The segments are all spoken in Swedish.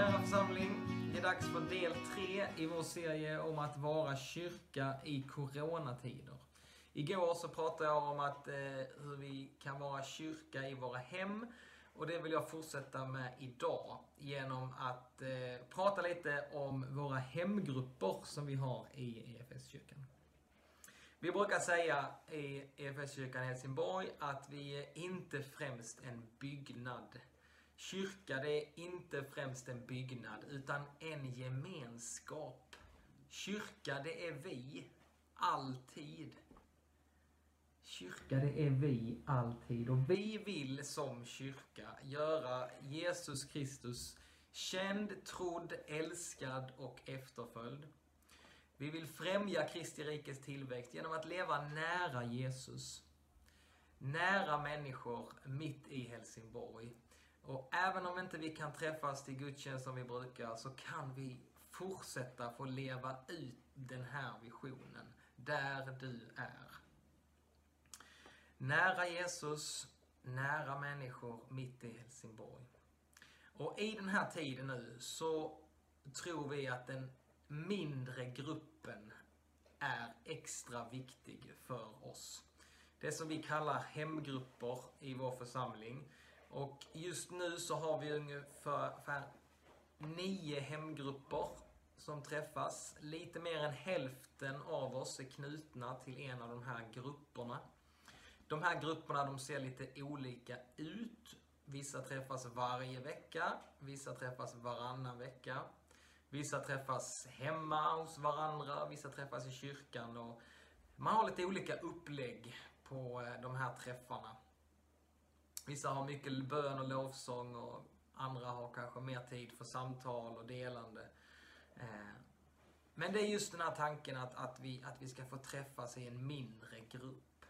Kära församling, det är dags för del 3 i vår serie om att vara kyrka i coronatider. Igår så pratade jag om hur vi kan vara kyrka i våra hem, och det vill jag fortsätta med idag genom att prata lite om våra hemgrupper som vi har i EFS-kyrkan. Vi brukar säga i EFS-kyrkan i Helsingborg att vi är inte främst en byggnad. Kyrka, det är inte främst en byggnad utan en gemenskap. Kyrka, det är vi alltid. Kyrka, det är vi alltid. Och vi vill som kyrka göra Jesus Kristus känd, trodd, älskad och efterföljd. Vi vill främja Kristi rikes tillväxt genom att leva nära Jesus. Nära människor mitt i Helsingborg. Och även om inte vi kan träffas till gudstjänst som vi brukar, så kan vi fortsätta få leva ut den här visionen där du är. Nära Jesus, nära människor mitt i Helsingborg. Och i den här tiden nu så tror vi att den mindre gruppen är extra viktig för oss. Det som vi kallar hemgrupper i vår församling. Och just nu så har vi ungefär 9 hemgrupper som träffas. Lite mer än hälften av oss är knutna till en av de här grupperna. De här grupperna, de ser lite olika ut. Vissa träffas varje vecka, vissa träffas varannan vecka. Vissa träffas hemma hos varandra, vissa träffas i kyrkan. Och man har lite olika upplägg på de här träffarna. Vissa har mycket bön och lovsång, och andra har kanske mer tid för samtal och delande. Men det är just den här tanken att vi ska få träffas i en mindre grupp.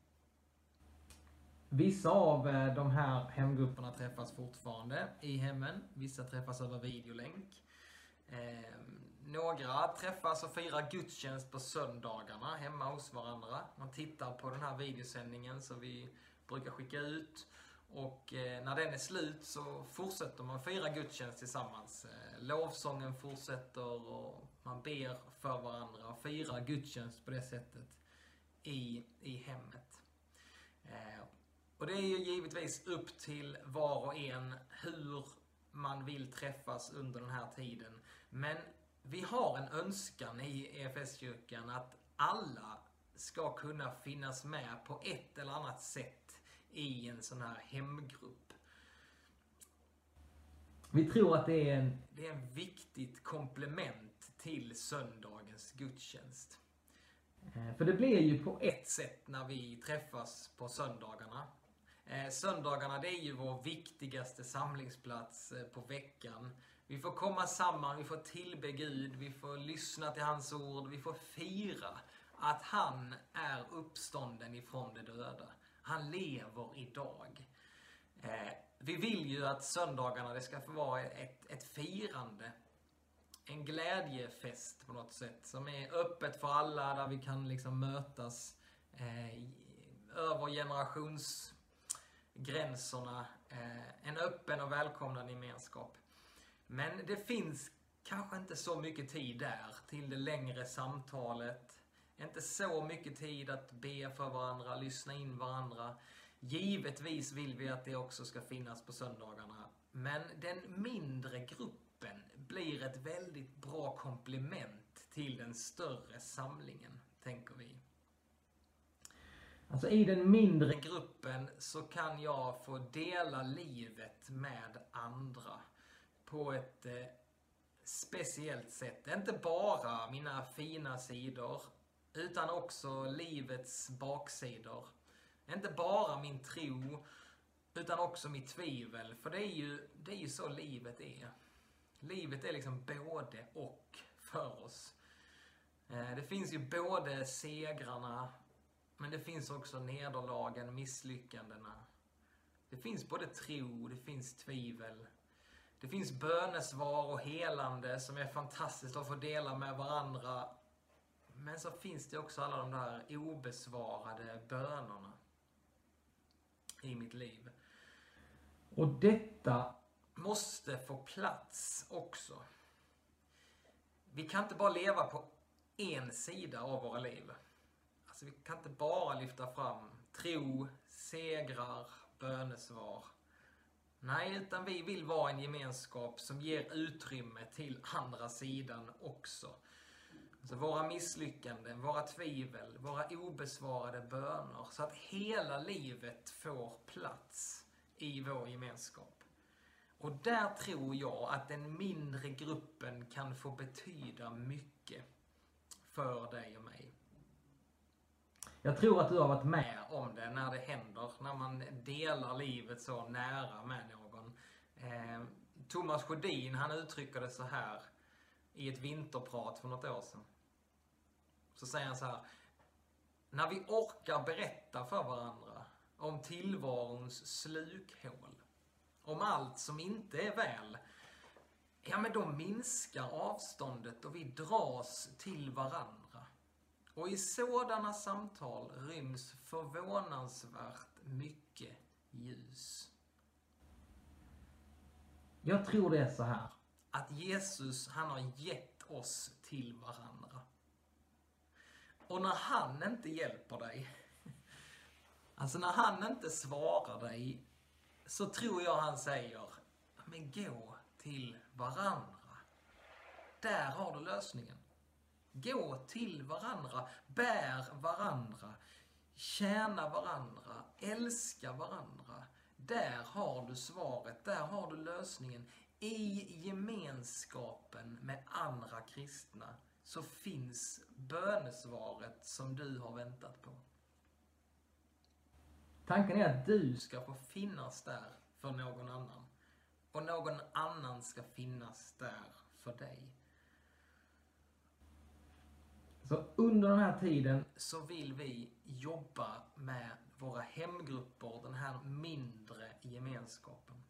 Vissa av de här hemgrupperna träffas fortfarande i hemmen. Vissa träffas över videolänk. Några träffas och firar gudstjänst på söndagarna hemma hos varandra. Man tittar på den här videosändningen som vi brukar skicka ut. Och när den är slut så fortsätter man fira gudstjänst tillsammans. Lovsången fortsätter och man ber för varandra och firar gudstjänst på det sättet i hemmet. Och det är ju givetvis upp till var och en hur man vill träffas under den här tiden. Men vi har en önskan i EFS-kyrkan att alla ska kunna finnas med på ett eller annat sätt i en sån här hemgrupp. Vi tror att det är en viktigt komplement till söndagens gudstjänst. För det blir ju på ett sätt när vi träffas på söndagarna. Söndagarna, det är ju vår viktigaste samlingsplats på veckan. Vi får komma samman, vi får tillbe Gud, vi får lyssna till hans ord, vi får fira att han är uppstånden ifrån de döda. Han lever idag. Vi vill ju att söndagarna, det ska få vara ett firande. En glädjefest på något sätt som är öppet för alla, där vi kan liksom mötas över generationsgränserna. En öppen och välkomnande gemenskap. Men det finns kanske inte så mycket tid där till det längre samtalet. Inte så mycket tid att be för varandra, lyssna in varandra. Givetvis vill vi att det också ska finnas på söndagarna. Men den mindre gruppen blir ett väldigt bra komplement till den större samlingen, tänker vi. Alltså i den mindre gruppen så kan jag få dela livet med andra på ett speciellt sätt. Inte bara mina fina sidor, utan också livets baksidor. Inte bara min tro, utan också mitt tvivel. För det är ju så livet är. Livet är liksom både och för oss. Det finns ju både segrarna, men det finns också nederlagen, misslyckandena. Det finns både tro, det finns tvivel. Det finns bönesvar och helande som är fantastiskt att få dela med varandra. Men så finns det också alla de där obesvarade bönerna i mitt liv. Och detta måste få plats också. Vi kan inte bara leva på en sida av våra liv. Alltså vi kan inte bara lyfta fram tro, segrar, bönesvar. Nej, utan vi vill vara en gemenskap som ger utrymme till andra sidan också. Alltså våra misslyckanden, våra tvivel, våra obesvarade böner. Så att hela livet får plats i vår gemenskap. Och där tror jag att den mindre gruppen kan få betyda mycket för dig och mig. Jag tror att du har varit med om det när det händer, när man delar livet så nära med någon. Thomas Sjödin, han uttrycker det så här i ett vinterprat för något år sedan. Så säger han så här: när vi orkar berätta för varandra om tillvarons slukhål, om allt som inte är väl, ja men då minskar avståndet och vi dras till varandra. Och i sådana samtal ryms förvånansvärt mycket ljus. Jag tror det är så här, att Jesus, han har gett oss till varandra. Och när han inte hjälper dig, alltså när han inte svarar dig, så tror jag han säger, men gå till varandra. Där har du lösningen. Gå till varandra, bär varandra, tjäna varandra, älska varandra. Där har du svaret, där har du lösningen. I gemenskapen med andra kristna så finns bönesvaret som du har väntat på. Tanken är att du ska få finnas där för någon annan. Och någon annan ska finnas där för dig. Så under den här tiden så vill vi jobba med våra hemgrupper, den här mindre gemenskapen.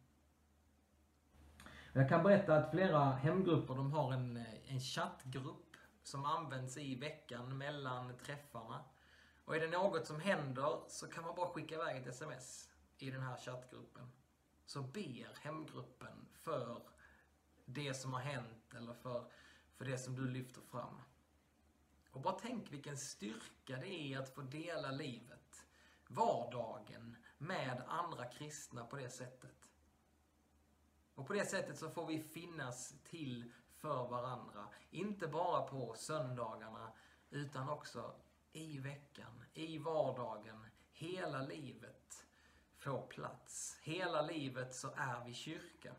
Jag kan berätta att flera hemgrupper, de har en chattgrupp som används i veckan mellan träffarna. Och är det något som händer så kan man bara skicka iväg ett sms i den här chattgruppen. Så ber hemgruppen för det som har hänt eller för det som du lyfter fram. Och bara tänk vilken styrka det är att få dela livet, vardagen, med andra kristna på det sättet. Och på det sättet så får vi finnas till för varandra. Inte bara på söndagarna utan också i veckan, i vardagen. Hela livet får plats. Hela livet så är vi kyrka.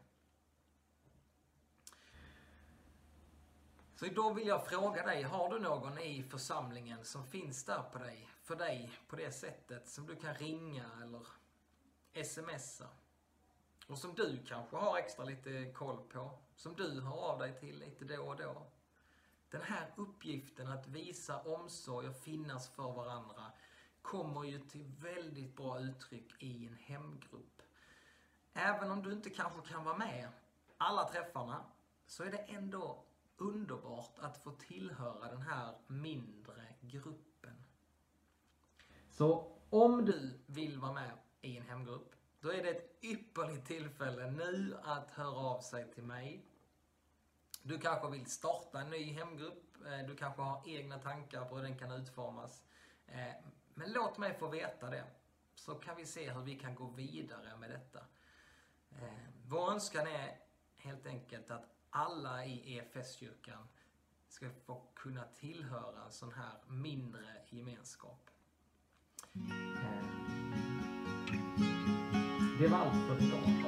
Så då vill jag fråga dig, har du någon i församlingen som finns där för dig på det sättet som du kan ringa eller smsa? Och som du kanske har extra lite koll på, som du hör av dig till lite då och då. Den här uppgiften att visa omsorg och finnas för varandra kommer ju till väldigt bra uttryck i en hemgrupp. Även om du inte kanske kan vara med alla träffarna så är det ändå underbart att få tillhöra den här mindre gruppen. Så om du vill vara med i en hemgrupp, då är det ett ypperligt tillfälle nu att höra av sig till mig. Du kanske vill starta en ny hemgrupp. Du kanske har egna tankar på hur den kan utformas. Men låt mig få veta det. Så kan vi se hur vi kan gå vidare med detta. Vår önskan är helt enkelt att alla i EFS-kyrkan ska få kunna tillhöra en sån här mindre gemenskap. Det var allt för idag.